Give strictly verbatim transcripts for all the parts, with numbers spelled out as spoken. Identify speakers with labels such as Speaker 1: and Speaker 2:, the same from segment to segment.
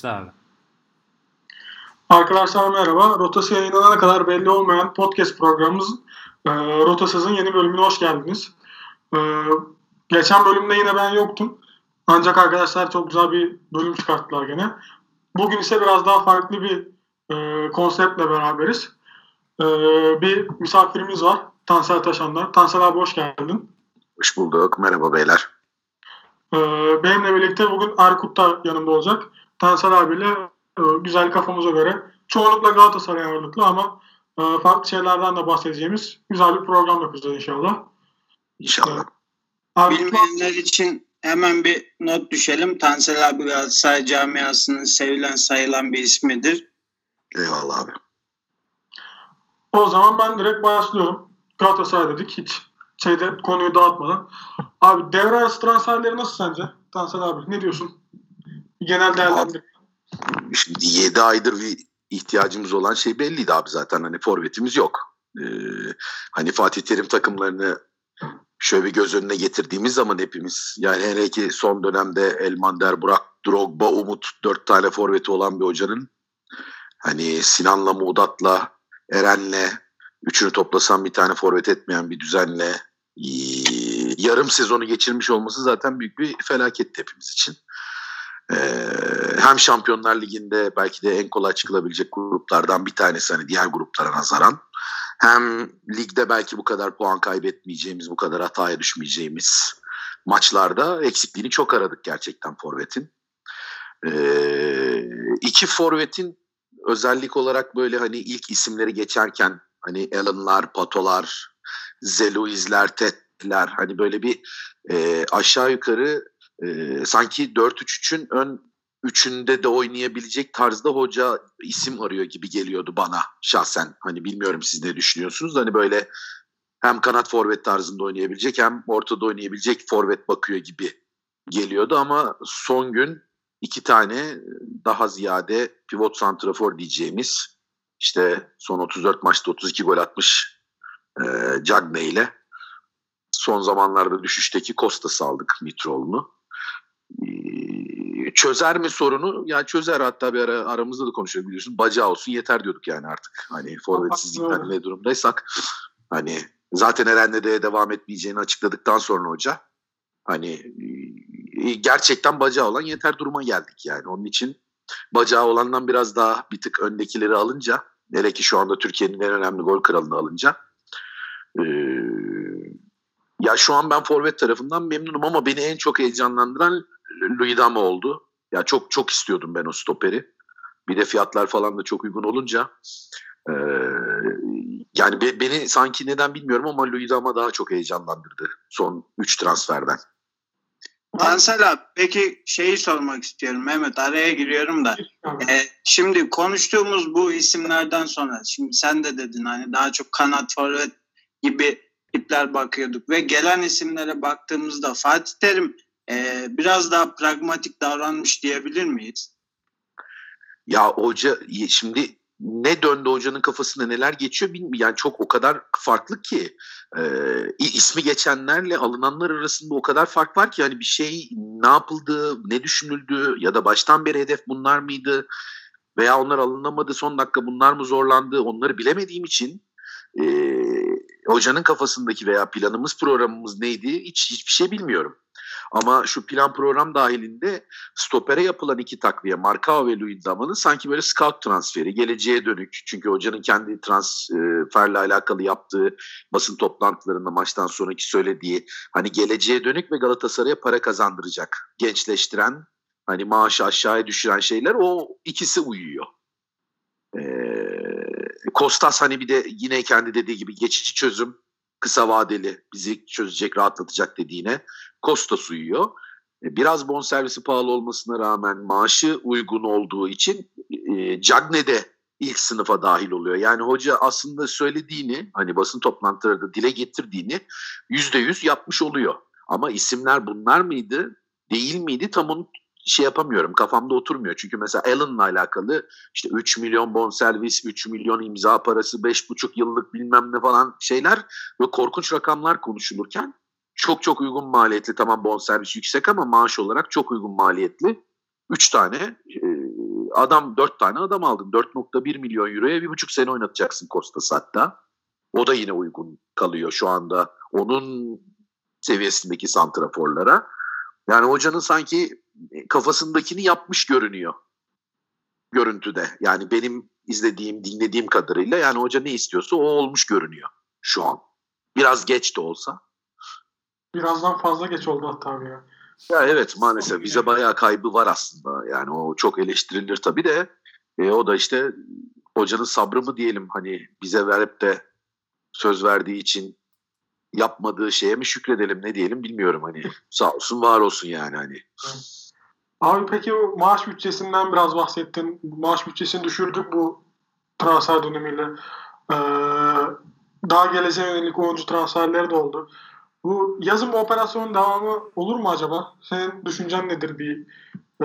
Speaker 1: Abi.
Speaker 2: Arkadaşlar merhaba. Rotası yayınlanana kadar belli olmayan podcast programımız e, Rotasız'ın yeni bölümüne hoş geldiniz. E, geçen bölümde yine ben yoktum. Ancak arkadaşlar çok güzel bir bölüm çıkarttılar gene. Bugün ise biraz daha farklı bir e, konseptle beraberiz. E, bir misafirimiz var. Tansel Taşanlar. Tansel abi hoş geldin.
Speaker 3: Hoş bulduk. Merhaba beyler.
Speaker 2: E, benimle birlikte bugün Erkut da yanımda olacak. Tansel abiyle e, güzel kafamıza göre çoğunlukla Galatasaray ağırlıklı ama e, farklı şeylerden de bahsedeceğimiz güzel bir program yapacağız inşallah.
Speaker 3: İnşallah.
Speaker 2: E,
Speaker 4: Bilmeyenler için hemen bir not düşelim. Tansel abi Galatasaray camiasının sevilen sayılan bir ismidir.
Speaker 3: Eyvallah abi.
Speaker 2: O zaman ben direkt başlıyorum. Galatasaray dedik hiç şeyde konuyu dağıtmadan. Abi devre arası transferleri nasıl sence? Tansel abi ne diyorsun? Genel değerlendirme.
Speaker 3: Şimdi yedi aydır bir ihtiyacımız olan şey belliydi abi zaten. Hani forvetimiz yok. Ee, hani Fatih Terim takımlarını şöyle bir göz önüne getirdiğimiz zaman hepimiz, yani hele ki son dönemde Elmander, Burak, Drogba, Umut dört tane forveti olan bir hocanın hani Sinan'la, Muğdat'la, Eren'le üçünü toplasan bir tane forvet etmeyen bir düzenle yarım sezonu geçirmiş olması zaten büyük bir felaket hepimiz için. Ee, hem Şampiyonlar Ligi'nde belki de en kolay çıkılabilecek gruplardan bir tanesi hani diğer gruplara nazaran, hem ligde belki bu kadar puan kaybetmeyeceğimiz, bu kadar hataya düşmeyeceğimiz maçlarda eksikliğini çok aradık gerçekten forvetin. Ee, iki forvetin özellik olarak böyle hani ilk isimleri geçerken hani Allen'lar, Pato'lar, Zeluiz'ler, Tet'ler hani böyle bir e, aşağı yukarı Ee, sanki dört üç üçün ön üçünde de oynayabilecek tarzda hoca isim arıyor gibi geliyordu bana şahsen. Hani bilmiyorum siz ne düşünüyorsunuz? Hani böyle hem kanat forvet tarzında oynayabilecek hem ortada oynayabilecek forvet bakıyor gibi geliyordu ama son gün iki tane daha ziyade pivot santrafor diyeceğimiz, işte son otuz dört maçta otuz iki gol atmış e, Cagney ile son zamanlarda düşüşteki Kostas'ı aldık, Mitroğlu'nu. Çözer mi sorunu? Yani çözer, hatta bir ara aramızda da konuşuyoruz biliyorsun. Bacağı olsun yeter diyorduk yani artık. Hani forvetsizlikten ne durumdaysak. Hani zaten Eren'le de devam etmeyeceğini açıkladıktan sonra hoca. Hani gerçekten bacağı olan yeter duruma geldik yani. Onun için bacağı olandan biraz daha bir tık öndekileri alınca, hele ki şu anda Türkiye'nin en önemli gol kralını alınca, eee ya şu an ben forvet tarafından memnunum ama beni en çok heyecanlandıran Luidama oldu. Ya çok çok istiyordum ben o stoperi. Bir de fiyatlar falan da çok uygun olunca e, yani be, beni sanki neden bilmiyorum ama Luidama daha çok heyecanlandırdı son üç transferden.
Speaker 4: Tansel abi peki şeyi sormak istiyorum Mehmet, araya giriyorum da. E, şimdi konuştuğumuz bu isimlerden sonra, şimdi sen de dedin hani daha çok kanat forvet gibi tipler bakıyorduk ve gelen isimlere baktığımızda Fatih Terim e, biraz daha pragmatik davranmış diyebilir miyiz?
Speaker 3: Ya hoca şimdi ne döndü hocanın kafasında, neler geçiyor bilmiyorum. Yani çok o kadar farklı ki e, ismi geçenlerle alınanlar arasında o kadar fark var ki hani bir şey ne yapıldı, ne düşünüldü ya da baştan beri hedef bunlar mıydı veya onlar alınamadı, son dakika bunlar mı zorlandı, onları bilemediğim için e, hocanın kafasındaki veya planımız programımız neydi hiç hiçbir şey bilmiyorum. Ama şu plan program dahilinde stopere yapılan iki takviye, Marcao ve Luidama'nın sanki böyle scout transferi, geleceğe dönük. Çünkü hocanın kendi transferle alakalı yaptığı basın toplantılarında maçtan sonraki söylediği hani geleceğe dönük ve Galatasaray'a para kazandıracak, gençleştiren, hani maaşı aşağıya düşüren şeyler, o ikisi uyuyor. Ee, Kostas hani bir de yine kendi dediği gibi geçici çözüm, kısa vadeli, bizi çözecek, rahatlatacak dediğine Kostas uyuyor. Biraz bonservisi pahalı olmasına rağmen maaşı uygun olduğu için e, Cagney de ilk sınıfa dahil oluyor. Yani hoca aslında söylediğini, hani basın toplantılarında dile getirdiğini yüzde yüz yapmış oluyor. Ama isimler bunlar mıydı, değil miydi tam onu şey yapamıyorum, kafamda oturmuyor. Çünkü mesela Allen'la alakalı işte üç milyon bonservis, üç milyon imza parası, beş buçuk yıllık bilmem ne falan şeyler ve korkunç rakamlar konuşulurken çok çok uygun maliyetli, tamam bonservis yüksek ama maaş olarak çok uygun maliyetli üç tane e, adam dört tane adam aldın. dört nokta bir milyon euroya bir buçuk sene oynatacaksın Kostas'ı hatta. O da yine uygun kalıyor şu anda onun seviyesindeki santraforlara. Yani hocanın sanki kafasındakini yapmış görünüyor görüntüde. Yani benim izlediğim, dinlediğim kadarıyla yani hoca ne istiyorsa o olmuş görünüyor şu an. Biraz geç de olsa.
Speaker 2: Birazdan fazla geç oldu hatta ya.
Speaker 3: Ya evet maalesef bize bayağı kaybı var aslında. Yani o çok eleştirilir tabii de e, o da işte hocanın sabrı mı diyelim hani bize verip de söz verdiği için yapmadığı şeye mi şükredelim ne diyelim bilmiyorum hani sağ olsun var olsun yani hani.
Speaker 2: Abi peki o maaş bütçesinden biraz bahsettin. Maaş bütçesini düşürdük bu transfer dönemiyle. Ee, daha geleceğe yönelik oyuncu transferleri de oldu. Bu yazın bu operasyonun devamı olur mu acaba? Senin düşüncen nedir? Bir e,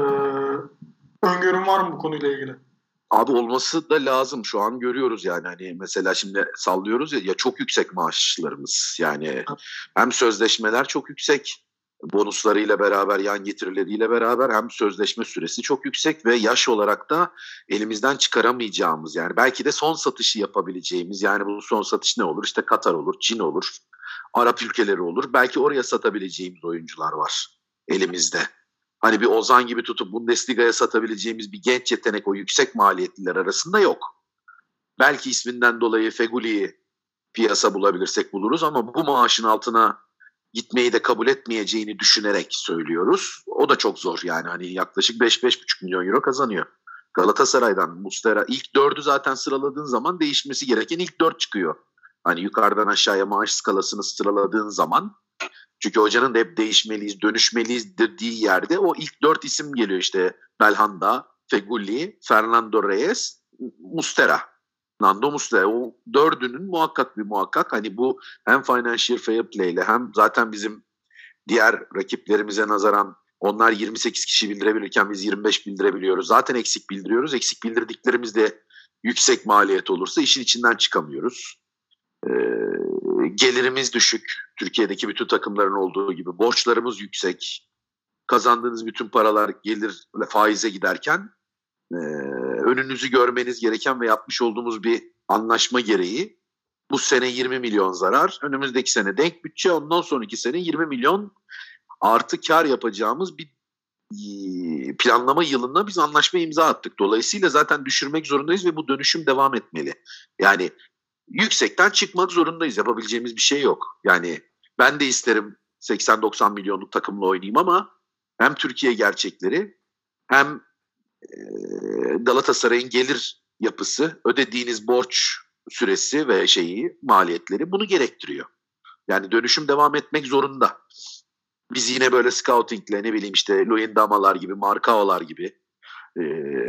Speaker 2: öngörün var mı bu konuyla ilgili?
Speaker 3: Abi olması da lazım. Şu an görüyoruz yani hani mesela şimdi sallıyoruz ya, ya çok yüksek maaşlarımız. Yani hem sözleşmeler çok yüksek bonuslarıyla beraber yan getirileriyle beraber hem sözleşme süresi çok yüksek ve yaş olarak da elimizden çıkaramayacağımız yani belki de son satışı yapabileceğimiz yani bu son satış ne olur? İşte Katar olur, Çin olur, Arap ülkeleri olur. Belki oraya satabileceğimiz oyuncular var elimizde. Hani bir Ozan gibi tutup Bundesliga'ya satabileceğimiz bir genç yetenek o yüksek maliyetliler arasında yok. Belki isminden dolayı Feguli'yi piyasa bulabilirsek buluruz ama bu maaşın altına gitmeyi de kabul etmeyeceğini düşünerek söylüyoruz. O da çok zor yani hani yaklaşık beş beş buçuk milyon euro kazanıyor. Galatasaray'dan Muslera ilk dördü zaten sıraladığın zaman değişmesi gereken ilk dört çıkıyor. Hani yukarıdan aşağıya maaş skalasını sıraladığın zaman çünkü hocanın da hep değişmeliyiz, dönüşmeliyiz dediği yerde o ilk dört isim geliyor işte Belhanda, Feguli, Fernando Reyes, Muslera. Nando Muslera. O dördünün muhakkak bir muhakkak hani bu hem financial fair play ile hem zaten bizim diğer rakiplerimize nazaran onlar yirmi sekiz kişi bildirebilirken biz yirmi beş bildirebiliyoruz. Zaten eksik bildiriyoruz. Eksik bildirdiklerimiz de yüksek maliyet olursa işin içinden çıkamıyoruz. Ee, gelirimiz düşük. Türkiye'deki bütün takımların olduğu gibi. Borçlarımız yüksek. Kazandığınız bütün paralar gelir faize giderken e, önünüzü görmeniz gereken ve yapmış olduğumuz bir anlaşma gereği bu sene yirmi milyon zarar. Önümüzdeki sene denk bütçe. Ondan sonraki sene yirmi milyon artı kar yapacağımız bir planlama yılında biz anlaşma imza attık. Dolayısıyla zaten düşürmek zorundayız ve bu dönüşüm devam etmeli. Yani yüksekten çıkmak zorundayız. Yapabileceğimiz bir şey yok. Yani ben de isterim seksen doksan milyonluk takımla oynayayım ama hem Türkiye gerçekleri hem e, Galatasaray'ın gelir yapısı, ödediğiniz borç süresi ve şeyi, maliyetleri bunu gerektiriyor. Yani dönüşüm devam etmek zorunda. Biz yine böyle scoutingle ne bileyim işte Luyendamalar gibi, Markao'lar gibi e,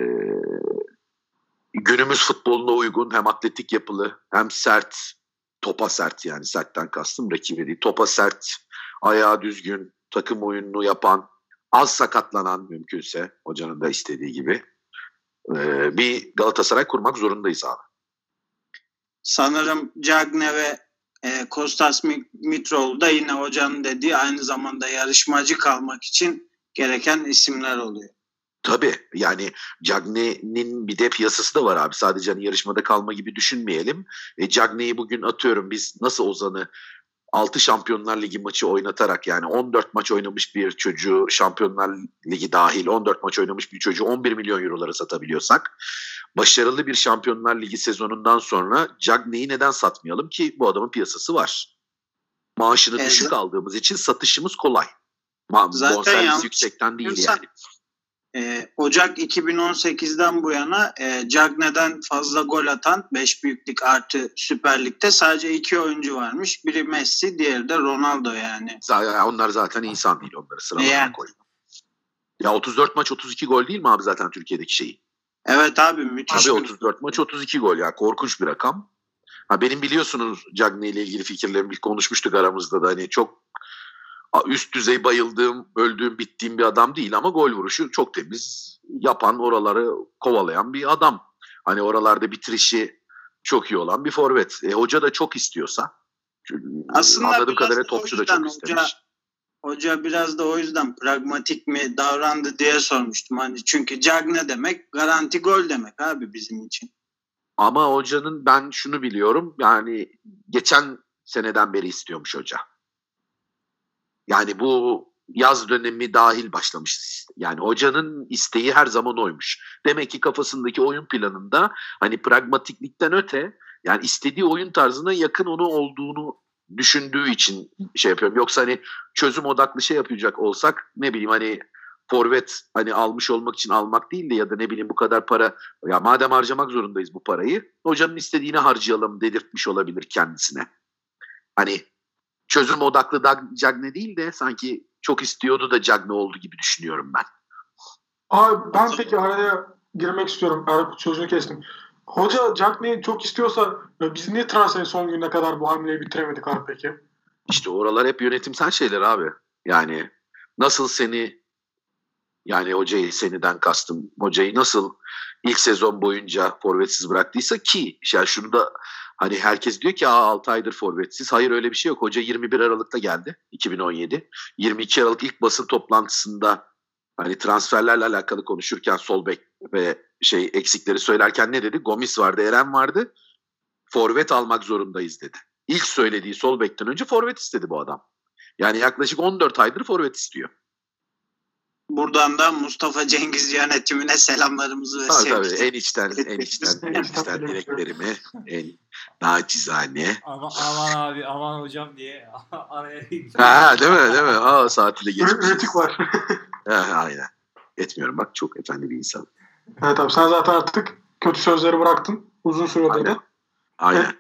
Speaker 3: günümüz futboluna uygun hem atletik yapılı hem sert, topa sert yani sertten kastım rakibi değil. Topa sert, ayağı düzgün, takım oyununu yapan, az sakatlanan mümkünse hocanın da istediği gibi e, bir Galatasaray kurmak zorundayız abi.
Speaker 4: Sanırım Cagne ve e, Kostas Mitroğlu da yine hocanın dediği aynı zamanda yarışmacı kalmak için gereken isimler oluyor.
Speaker 3: Tabii yani Cagne'nin bir de piyasası da var abi. Sadece hani yarışmada kalma gibi düşünmeyelim. E, Cagne'yi bugün atıyorum biz nasıl Ozan'ı altı Şampiyonlar Ligi maçı oynatarak yani on dört maç oynamış bir çocuğu Şampiyonlar Ligi dahil on dört maç oynamış bir çocuğu on bir milyon eurolara satabiliyorsak başarılı bir Şampiyonlar Ligi sezonundan sonra Cagne'yi neden satmayalım ki bu adamın piyasası var. Maaşını evet. Düşük aldığımız için satışımız kolay. Ma- bonservis yüksekten değil yani.
Speaker 4: E, Ocak iki bin on sekizden bu yana e, Cagne'den fazla gol atan beş büyüklük artı Süper Lig'de sadece iki oyuncu varmış. Biri Messi, diğeri de Ronaldo yani.
Speaker 3: Onlar zaten insan değil, onları sıralamaya
Speaker 4: yani.
Speaker 3: koy. Ya otuz dört maç otuz iki gol değil mi abi zaten Türkiye'deki şeyi?
Speaker 4: Evet abi müthiş.
Speaker 3: Abi otuz dört maç otuz iki gol ya korkunç bir rakam. Ha, benim biliyorsunuz Cagne ile ilgili fikirlerimi konuşmuştuk aramızda da hani çok üst düzey bayıldığım, öldüğüm, bittiğim bir adam değil ama gol vuruşu çok temiz yapan, oraları kovalayan bir adam. Hani oralarda bitirişi çok iyi olan bir forvet. E, hoca da çok istiyorsa,
Speaker 4: aslında
Speaker 3: anladığım kadarıyla topçu da çok istemiş.
Speaker 4: hoca biraz da o yüzden pragmatik mi davrandı diye sormuştum. Hani çünkü Cagne demek garanti gol demek abi bizim için.
Speaker 3: Ama hocanın ben şunu biliyorum yani geçen seneden beri istiyormuş hoca. Yani bu yaz dönemi dahil başlamışız. Yani hocanın isteği her zaman oymuş. Demek ki kafasındaki oyun planında hani pragmatiklikten öte yani istediği oyun tarzına yakın onu olduğunu düşündüğü için şey yapıyorum. Yoksa hani çözüm odaklı şey yapacak olsak ne bileyim hani forvet hani almış olmak için almak değil de ya da ne bileyim bu kadar para ya madem harcamak zorundayız bu parayı hocanın istediğini harcayalım dedirtmiş olabilir kendisine. Hani çözüm odaklı Cagne değil de sanki çok istiyordu da Cagne oldu gibi düşünüyorum ben.
Speaker 2: Abi ben peki araya girmek istiyorum. Erkut sözünü kestim. Hoca Cagne'yi çok istiyorsa biz niye transferin son gününe kadar bu hamleyi bitiremedik abi peki?
Speaker 3: İşte oralar hep yönetimsel şeyler abi. Yani nasıl seni yani hocayı seniden kastım. Hocayı nasıl ilk sezon boyunca forvetsiz bıraktıysa ki yani şunu da hani herkes diyor ki altı aydır forvetsiz. Hayır öyle bir şey yok. Hoca yirmi bir Aralık'ta geldi. iki bin on yedi. yirmi iki Aralık ilk basın toplantısında hani transferlerle alakalı konuşurken sol bek ve şey eksikleri söylerken ne dedi? Gomis vardı, Eren vardı. Forvet almak zorundayız dedi. İlk söylediği sol bekten önce forvet istedi bu adam. Yani yaklaşık on dört aydır forvet istiyor.
Speaker 4: Buradan da Mustafa Cengiz yönetimine selamlarımızı ve
Speaker 3: sevgilerimizi. Tabii en içten en içten en içten dileklerimi en naçizane.
Speaker 1: Aman, aman abi aman hocam diye araya
Speaker 3: ha, değil mi değil mi? Aa saatiyle geçmiş.
Speaker 2: Rütük var.
Speaker 3: ha, aynen. Etmiyorum bak çok efendi bir insan.
Speaker 2: Evet abi sen zaten artık kötü sözleri bıraktın uzun süredir.
Speaker 3: Aynen. Aynen. Evet.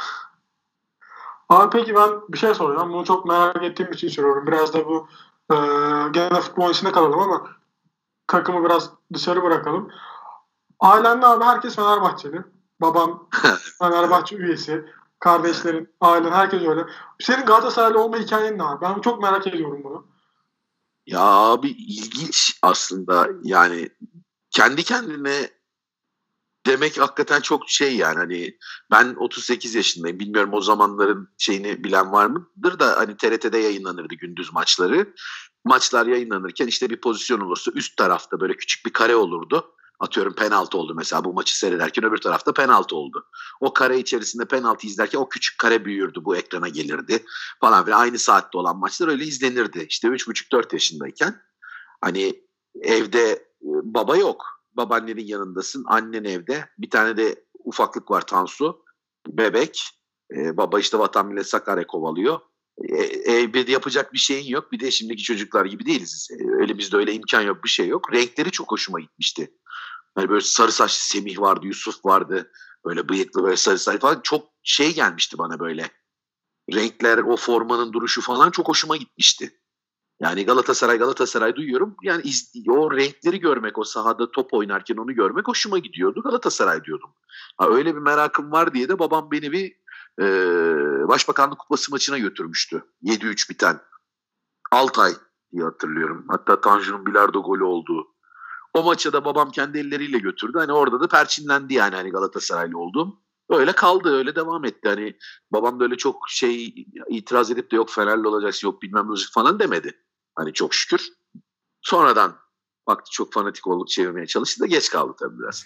Speaker 2: Abi peki ben bir şey soracağım. Bunu çok merak ettiğim için soruyorum. Biraz da bu e, gene futbol içinde kalalım ama takımı biraz dışarı bırakalım. Ailende abi herkes Fenerbahçeli. Babam Fenerbahçe üyesi. Kardeşlerin, ailen herkes öyle. Senin Galatasaraylı olma hikayen ne abi? Ben çok merak ediyorum bunu.
Speaker 3: Ya abi ilginç aslında yani kendi kendine demek hakikaten çok şey yani hani ben otuz sekiz yaşındayım bilmiyorum o zamanların şeyini bilen var mıdır da hani T R T'de yayınlanırdı gündüz maçları. Maçlar yayınlanırken işte bir pozisyon olursa üst tarafta böyle küçük bir kare olurdu. Atıyorum penaltı oldu mesela bu maçı seyrederken öbür tarafta penaltı oldu. O kare içerisinde penaltı izlerken o küçük kare büyürdü bu ekrana gelirdi falan filan aynı saatte olan maçlar öyle izlenirdi. İşte üç buçuk dört yaşındayken hani evde baba yok. Babaannenin yanındasın. Annen evde. Bir tane de ufaklık var Tansu. Bebek. Ee, baba işte Vatan Millet Sakarya kovalıyor. Ee, evde yapacak bir şeyin yok. Bir de şimdiki çocuklar gibi değiliz. Ee, elimizde öyle imkan yok. Bir şey yok. Renkleri çok hoşuma gitmişti. Hani böyle sarı saçlı Semih vardı. Yusuf vardı. Böyle bıyıklı böyle sarı saçlı falan. Çok şey gelmişti bana böyle. Renkler, o formanın duruşu falan çok hoşuma gitmişti. Yani Galatasaray Galatasaray duyuyorum. Yani iz, o renkleri görmek, o sahada top oynarken onu görmek hoşuma gidiyordu. Galatasaray diyordum. Ha, öyle bir merakım var diye de babam beni bir e, Başbakanlık Kupası maçına götürmüştü. yedi üç biten. Altay diye hatırlıyorum. Hatta Tanju'nun bilardo golü olduğu. O maça da babam kendi elleriyle götürdü. Hani orada da perçinlendi yani hani Galatasaraylı olduğum. Öyle kaldı, öyle devam etti. Hani babam da öyle çok şey itiraz edip de yok Fenerli olacaksın, yok bilmem ne falan demedi. Hani çok şükür. Sonradan baktı çok fanatik olup çevirmeye çalıştı da geç kaldı tabii biraz.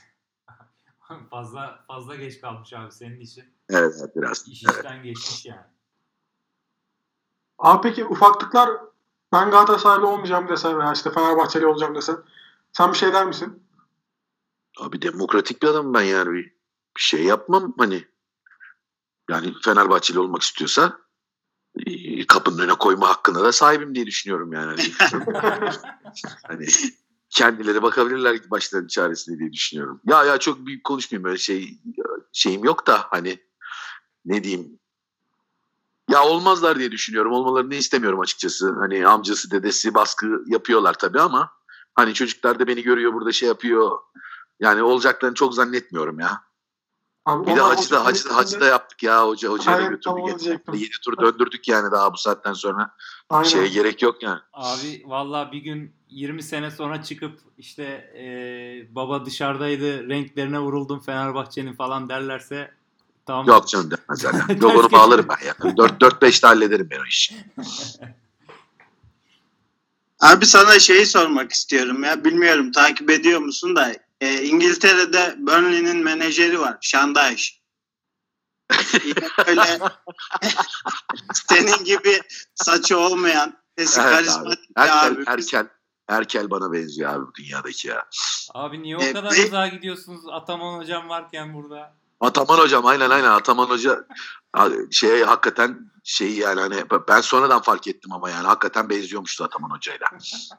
Speaker 1: fazla fazla geç kalmış abi senin için.
Speaker 3: Evet, evet biraz.
Speaker 1: İş
Speaker 3: evet.
Speaker 1: işten geçmiş yani.
Speaker 2: Abi peki ufaklıklar ben Galatasaraylı olmayacağım dese veya işte Fenerbahçeli olacağım dese sen bir şey der misin?
Speaker 3: Abi demokratik bir adamım ben yani bir, bir şey yapmam hani. Yani Fenerbahçeli olmak istiyorsa kapının önüne koyma hakkına da sahibim diye düşünüyorum yani. Hani kendileri bakabilirler ki başlarının çaresine diye düşünüyorum. Ya ya çok büyük konuşmayayım böyle şey şeyim yok da hani ne diyeyim ya olmazlar diye düşünüyorum. Olmalarını istemiyorum açıkçası. Hani amcası dedesi baskı yapıyorlar tabii ama hani çocuklar da beni görüyor burada şey yapıyor. Yani olacaklarını çok zannetmiyorum ya. Abi bir de hacı da, hacı, da, hacı da yaptık ya hoca hocaya da götürdük. yedi tur döndürdük yani daha bu saatten sonra. Aynen. Şeye gerek yok yani.
Speaker 1: Abi vallahi bir gün yirmi sene sonra çıkıp işte e, baba dışarıdaydı renklerine vuruldum Fenerbahçe'nin falan derlerse tamam.
Speaker 3: Yok canım demezler ya. Yok onu bağlarım ben ya. dört beşte hallederim ben o işi.
Speaker 4: Abi sana şeyi sormak istiyorum ya. Bilmiyorum takip ediyor musun da e, İngiltere'de Burnley'nin menajeri var. Şandaş. Yine böyle senin gibi saçı olmayan, sesi
Speaker 3: Evet abi.
Speaker 4: karizmatik bir
Speaker 3: Erkel,
Speaker 4: abi.
Speaker 3: Erkel, Erkel bana benziyor abi bu dünyadaki ya.
Speaker 1: Abi niye o
Speaker 4: E,
Speaker 1: kadar
Speaker 4: be-
Speaker 1: uzağa gidiyorsunuz Ataman hocam varken burada?
Speaker 3: Ataman hocam aynen aynen Ataman hoca şey hakikaten şey yani hani ben sonradan fark ettim ama yani hakikaten benziyormuştu Ataman hocayla.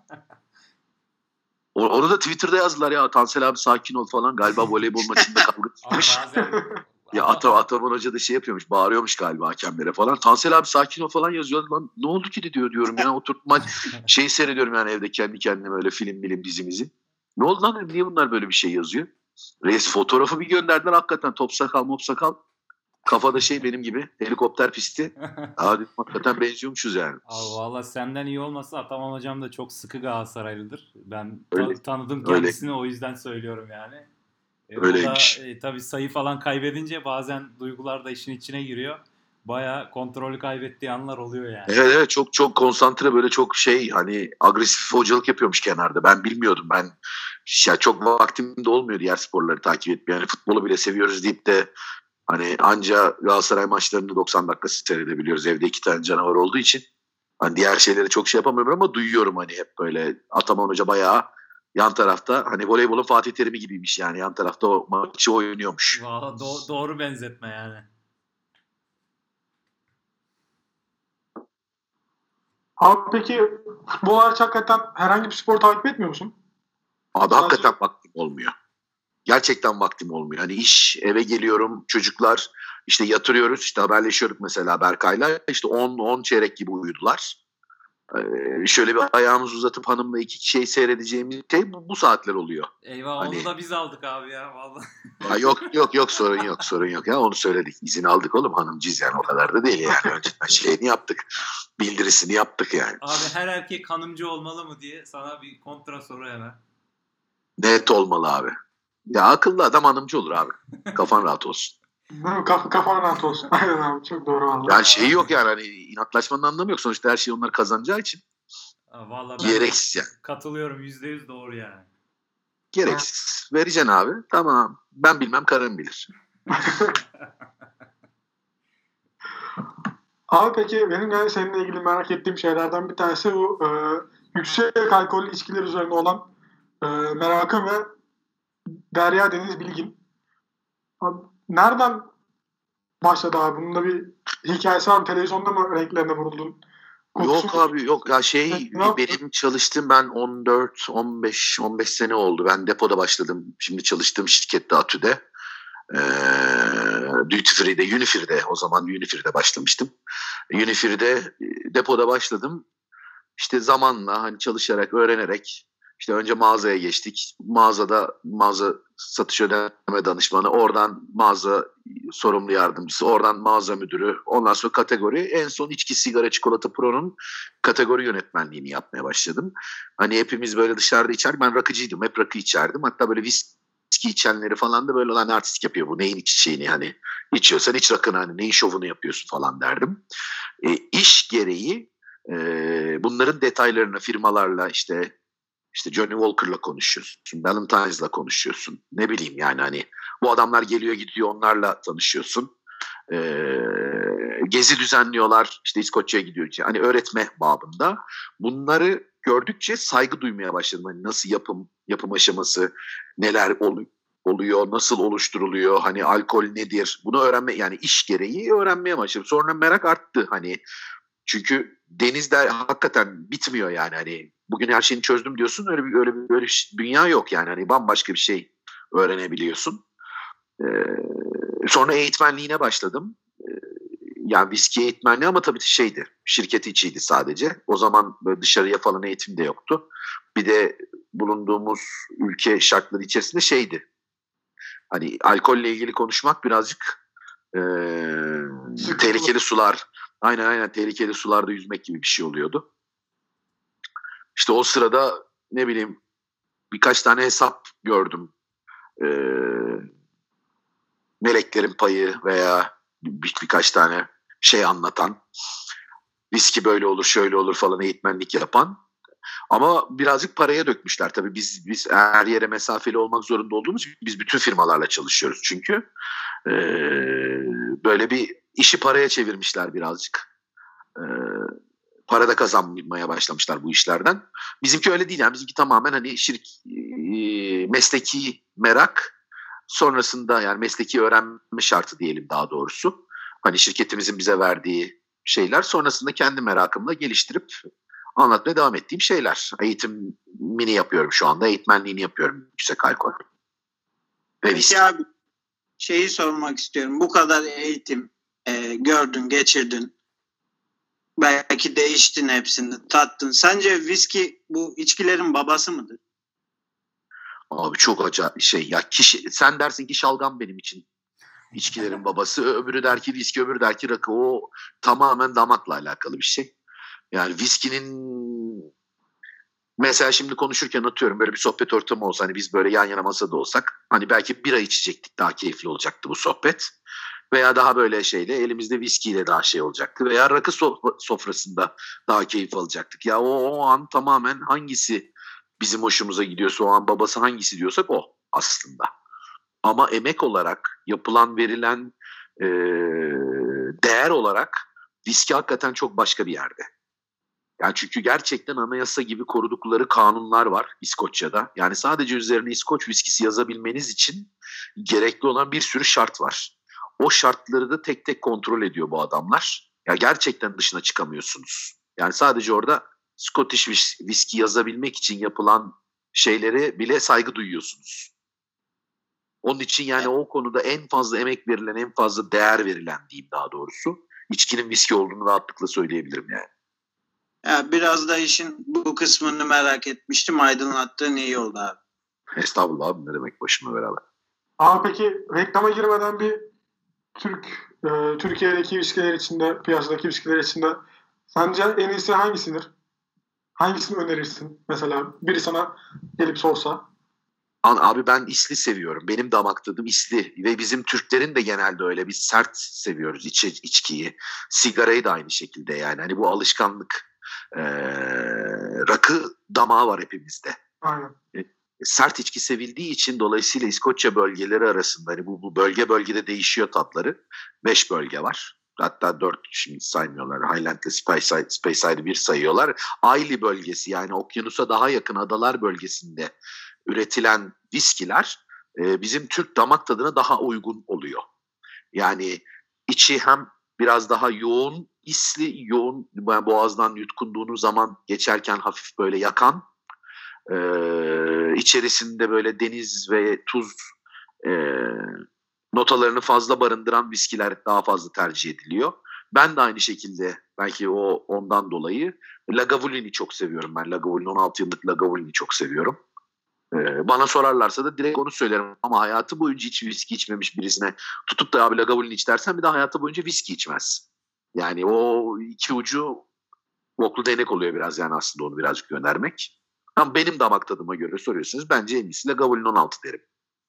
Speaker 3: O- Onu da Twitter'da yazdılar ya Tansel abi sakin ol falan galiba voleybol maçında kavga
Speaker 1: Abi
Speaker 3: çıkmış.
Speaker 1: bazen
Speaker 3: Ya Ata, Ataman Hoca da şey yapıyormuş, bağırıyormuş galiba hakemlere falan. Tansel abi sakin ol falan yazıyor. Lan ne oldu ki de diyor diyorum ya. Oturup maç şeyi seyrediyorum yani evde kendi kendime öyle film bilim dizimizi. Ne oldu lan dedim, niye bunlar böyle bir şey yazıyor? Reis fotoğrafı bir gönderdiler hakikaten top sakal mop sakal. Kafada şey benim gibi helikopter pisti. Aa dedim, hakikaten benziyormuşuz yani.
Speaker 1: Abi valla senden iyi olmasa Ataman hocam da çok sıkı Galatasaraylıdır. Ben ta-
Speaker 3: Öyle,
Speaker 1: tanıdım
Speaker 3: öyle.
Speaker 1: kendisini o yüzden söylüyorum yani. E, o da
Speaker 3: Öyleymiş.
Speaker 1: e, tabii sayı falan kaybedince bazen duygular da işin içine giriyor. Baya kontrolü kaybettiği anlar oluyor yani.
Speaker 3: Evet evet çok çok konsantre böyle çok şey hani agresif hocalık yapıyormuş kenarda. Ben bilmiyordum. Ben ya çok vaktim de olmuyor diğer sporları takip etmeye. Yani futbolu bile seviyoruz deyip de hani anca Galatasaray maçlarını doksan dakika seyredebiliyoruz. Evde iki tane canavar olduğu için. Hani diğer şeyleri çok şey yapamıyorum ama duyuyorum hani hep böyle Ataman Hoca bayağı yan tarafta hani voleybolun Fatih Terim'i gibiymiş yani yan tarafta o maçı oynuyormuş.
Speaker 1: Valla do- doğru benzetme yani.
Speaker 2: Abi peki futbol hariç hakikaten herhangi bir spor takip etmiyor musun?
Speaker 3: Abi hakikaten vaktim olmuyor. Gerçekten vaktim olmuyor. Hani iş, eve geliyorum, çocuklar işte yatırıyoruz, işte haberleşiyorduk mesela Berkay'la. İşte on on çeyrek gibi uyudular. Ee, şöyle bir ayağımızı uzatıp hanımla iki şey seyredeceğimiz şey bu, bu saatler oluyor.
Speaker 1: Eyvah
Speaker 3: Hani-
Speaker 1: onu da biz aldık abi ya valla.
Speaker 3: Ha, yok yok yok sorun yok sorun yok ya onu söyledik. İzin aldık oğlum hanımcıyız yani o kadar da değil yani. Önceden şeyini yaptık. Bildirisini yaptık yani.
Speaker 1: Abi her erkek hanımcı olmalı mı diye sana bir kontra soru hemen.
Speaker 3: Net olmalı abi. Ya akıllı adam hanımcı olur abi. Kafan rahat olsun.
Speaker 2: Kaf kafan rahat olsun. Aynen abi çok doğru valla.
Speaker 3: Yani şeyi yok yani hani inatlaşmanın anlamı yok. Sonuçta her şeyi onlar kazanacağı için.
Speaker 1: Ha, Valla ben
Speaker 3: Gereksiz yani.
Speaker 1: katılıyorum yüzde yüz doğru yani.
Speaker 3: Gereksiz. Vereceksin abi. Tamam. Ben bilmem karım bilir.
Speaker 2: Abi peki benim yani seninle ilgili merak ettiğim şeylerden bir tanesi bu e, yüksek alkollü içkiler üzerine olan e, merakım ve Derya Deniz Bilgin. Abi, nereden başladı abi? Bunun da bir hikayesi var mı? Televizyonda mı renklerine vuruldun?
Speaker 3: Yok abi yok. Ya şey
Speaker 2: Ne yaptın?
Speaker 3: benim çalıştığım ben on dört on beş on beş sene oldu. Ben depoda başladım. Şimdi çalıştığım şirkette Atü'de. Ee, Duty Free'de, Unifir'de o zaman Unifir'de başlamıştım. Unifir'de e, depoda başladım. İşte zamanla hani çalışarak, öğrenerek işte önce mağazaya geçtik. Mağazada mağaza satış ödeme danışmanı, oradan mağaza sorumlu yardımcısı, oradan mağaza müdürü, ondan sonra kategori, en son içki, sigara, çikolata pro'nun kategori yönetmenliğini yapmaya başladım. Hani hepimiz böyle dışarıda içer, ben rakıcıydım, hep rakı içerdim. Hatta böyle viski içenleri falan da böyle lan artistik yapıyor bu neyin içeceğini hani içiyorsan iç rakını hani neyin şovunu yapıyorsun falan derdim. E, iş gereği e, bunların detaylarını firmalarla işte işte Johnny Walker'la konuşuyorsun, Valentine's'la konuşuyorsun. Ne bileyim yani hani bu adamlar geliyor gidiyor onlarla tanışıyorsun. Ee, gezi düzenliyorlar işte İskoçya'ya gidiyor. Hani öğretme babında. Bunları gördükçe saygı duymaya başladım. Hani nasıl yapım, yapım aşaması, neler oluyor oluyor, nasıl oluşturuluyor, hani alkol nedir, bunu öğrenme yani iş gereği öğrenmeye başladım. Sonra merak arttı hani çünkü denizde hakikaten bitmiyor yani hani bugün her şeyini çözdüm diyorsun öyle bir öyle bir, öyle bir dünya yok yani hani bambaşka bir şey öğrenebiliyorsun. Ee, sonra eğitmenliğine başladım. Ee, yani viski eğitmenliği ama tabii şeydi şirket içiydi sadece. O zaman böyle dışarıya falan eğitim de yoktu. Bir de bulunduğumuz ülke şartları içerisinde şeydi. Hani alkolle ilgili konuşmak birazcık e, tehlikeli sular. Aynen aynen tehlikeli sularda yüzmek gibi bir şey oluyordu. İşte o sırada ne bileyim birkaç tane hesap gördüm. Ee, meleklerin payı veya bir, birkaç tane şey anlatan. Viski böyle olur şöyle olur falan eğitmenlik yapan. ama birazcık paraya dökmüşler. Tabii biz biz her yere mesafeli olmak zorunda olduğumuz için biz bütün firmalarla çalışıyoruz çünkü. Ee, böyle bir işi paraya çevirmişler birazcık. Ee, para da kazanmaya başlamışlar bu işlerden. Bizimki öyle değil yani. Bizimki tamamen hani şirk, e, mesleki merak, sonrasında yani mesleki öğrenme şartı diyelim daha doğrusu. Hani şirketimizin bize verdiği şeyler, sonrasında kendi merakımla geliştirip anlatmaya devam ettiğim şeyler. Eğitimini yapıyorum şu anda. Eğitmenliğini yapıyorum yüksek alkol.
Speaker 4: Peki abi şeyi sormak istiyorum. Bu kadar eğitim e, gördün, geçirdin. Belki değiştin hepsini, tattın. Sence viski bu içkilerin babası mıdır?
Speaker 3: Abi çok acayip bir şey. Ya kişi, sen dersin ki şalgam benim için içkilerin babası. Öbürü der ki viski, öbürü der ki rakı. O tamamen damakla alakalı bir şey. Yani viskinin mesela şimdi konuşurken atıyorum böyle bir sohbet ortamı olsa, hani biz böyle yan yana masada olsak hani belki bira içecektik, daha keyifli olacaktı bu sohbet. Veya daha böyle şeyle elimizde viskiyle daha şey olacaktı. Veya rakı sofrasında daha keyif alacaktık. Ya o, o an tamamen hangisi bizim hoşumuza gidiyorsa, o an babası hangisi diyorsak o aslında. Ama emek olarak yapılan, verilen e, değer olarak viski hakikaten çok başka bir yerde. Yani çünkü gerçekten anayasa gibi korudukları kanunlar var İskoçya'da. Yani sadece üzerine İskoç viskisi yazabilmeniz için gerekli olan bir sürü şart var. O şartları da tek tek kontrol ediyor bu adamlar. Ya gerçekten dışına çıkamıyorsunuz. Yani sadece orada Scottish viski yazabilmek için yapılan şeylere bile saygı duyuyorsunuz. Onun için yani o konuda en fazla emek verilen, en fazla değer verilen diyeyim daha doğrusu, içkinin viski olduğunu rahatlıkla söyleyebilirim yani.
Speaker 4: Ya biraz da işin bu kısmını merak etmiştim. Aydınlattığın iyi oldu abi.
Speaker 3: Estağfurullah abi, ne demek, başımla beraber.
Speaker 2: Abi peki reklama girmeden bir Türk e, Türkiye'deki viskiler içinde, piyasadaki viskiler içinde sence en iyisi hangisidir? Hangisini önerirsin? Mesela biri sana gelip sorsa.
Speaker 3: Abi ben isli seviyorum. Benim damak tadım isli. Ve bizim Türklerin de genelde öyle bir sert seviyoruz iç, içkiyi. Sigarayı da aynı şekilde yani. Hani bu alışkanlık. Ee, rakı damağı var hepimizde.
Speaker 2: Aynen.
Speaker 3: E, sert içki sevildiği için dolayısıyla İskoçya bölgeleri arasında hani bu, bu bölge bölgede değişiyor tatları. Beş bölge var. Hatta dört şimdi saymıyorlar. Highland'le Speyside, Speyside'ı bir sayıyorlar. Ailey bölgesi yani okyanusa daha yakın adalar bölgesinde üretilen viskiler e, bizim Türk damak tadına daha uygun oluyor. Yani içi hem biraz daha yoğun, isli, yoğun, yani boğazdan yutkunduğunuz zaman geçerken hafif böyle yakan, e, içerisinde böyle deniz ve tuz e, notalarını fazla barındıran viskiler daha fazla tercih ediliyor. Ben de aynı şekilde belki o ondan dolayı Lagavulini çok seviyorum ben. Lagavulin, on altı yıllık Lagavulini çok seviyorum. Ee, bana sorarlarsa da direkt onu söylerim. Ama hayatı boyunca hiç viski içmemiş birisine tutup da abi Lagavulin iç dersen bir de hayatı boyunca viski içmez. Yani o iki ucu boklu değnek oluyor biraz yani aslında onu birazcık önermek. Ama benim damak tadıma göre soruyorsunuz. Bence en iyisi Lagavulin on altı derim.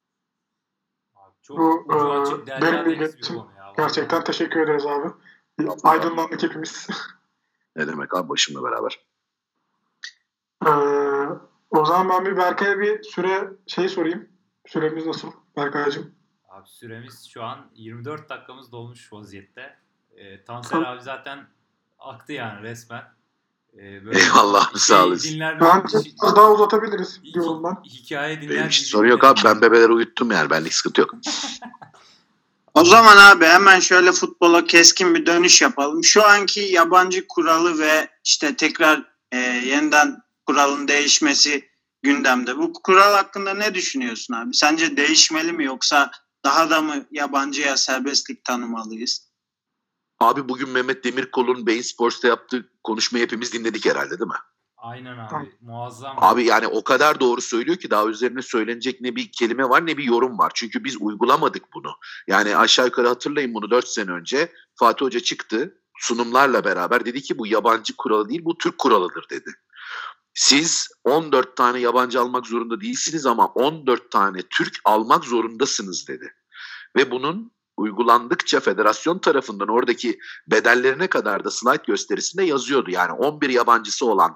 Speaker 1: Çok
Speaker 2: Bu
Speaker 1: açık,
Speaker 2: e, benim bilgi için gerçekten teşekkür ederiz abi.
Speaker 3: Tamam.
Speaker 2: Aydınlandık hepimiz.
Speaker 3: Ne demek abi, başımla beraber.
Speaker 2: Ee, o zaman ben bir Berkay'a bir süre şey sorayım. Süremiz nasıl Berkay'cığım?
Speaker 1: Abi süremiz şu an yirmi dört dakikamız dolmuş vaziyette. Ee, Tansel abi zaten aktı yani resmen. Ee, böyle
Speaker 3: eyvallah sağ olasın.
Speaker 2: Bence biraz daha uzatabiliriz diyorum ben.
Speaker 1: Hikaye dinler.
Speaker 3: Benim hiç soru yok abi, ben bebeleri uyuttum yani, benlik sıkıntı yok.
Speaker 4: O zaman abi hemen şöyle futbola keskin bir dönüş yapalım. Şu anki yabancı kuralı ve işte tekrar e, yeniden kuralın değişmesi gündemde. Bu kural hakkında ne düşünüyorsun abi? Sence değişmeli mi yoksa daha da mı yabancıya serbestlik tanımalıyız?
Speaker 3: Abi bugün Mehmet Demirkol'un Bein Sports'ta yaptığı konuşmayı hepimiz dinledik herhalde değil mi?
Speaker 1: Aynen abi. Muazzam.
Speaker 3: Abi yani o kadar doğru söylüyor ki daha üzerine söylenecek ne bir kelime var ne bir yorum var. Çünkü biz uygulamadık bunu. Yani aşağı yukarı hatırlayın bunu, dört sene önce Fatih Hoca çıktı sunumlarla beraber, dedi ki bu yabancı kuralı değil, bu Türk kuralıdır dedi. Siz on dört tane yabancı almak zorunda değilsiniz ama on dört tane Türk almak zorundasınız dedi. Ve bunun uygulandıkça federasyon tarafından oradaki bedellerine kadar da slide gösterisinde yazıyordu. Yani on bir yabancısı olan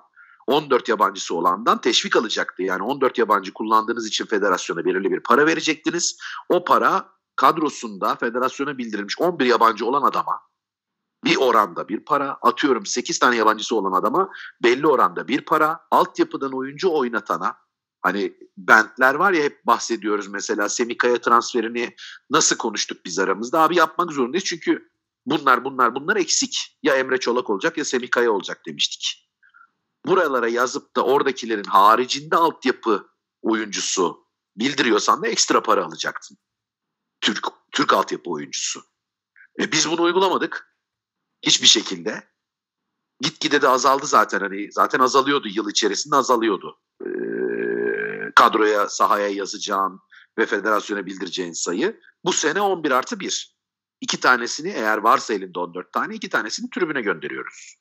Speaker 3: on dört yabancısı olandan teşvik alacaktı. Yani on dört yabancı kullandığınız için federasyona belirli bir para verecektiniz. O para kadrosunda federasyona bildirilmiş on bir yabancı olan adama bir oranda bir para, atıyorum sekiz tane yabancısı olan adama belli oranda bir para, altyapıdan oyuncu oynatana, hani bentler var ya hep bahsediyoruz mesela Semih Kaya transferini nasıl konuştuk biz aramızda, abi yapmak zorundayız çünkü bunlar bunlar bunlar eksik. Ya Emre Çolak olacak ya Semih Kaya olacak demiştik. Buralara yazıp da oradakilerin haricinde altyapı oyuncusu bildiriyorsan da ekstra para alacaktın. Türk Türk altyapı oyuncusu. E biz bunu uygulamadık. Hiçbir şekilde. Gitgide de azaldı zaten. Hani zaten azalıyordu, yıl içerisinde azalıyordu. Ee, kadroya, sahaya yazacağın ve federasyona bildireceğin sayı. Bu sene on bir artı bir. İki tanesini eğer varsa elinde on dört tane, iki tanesini tribüne gönderiyoruz.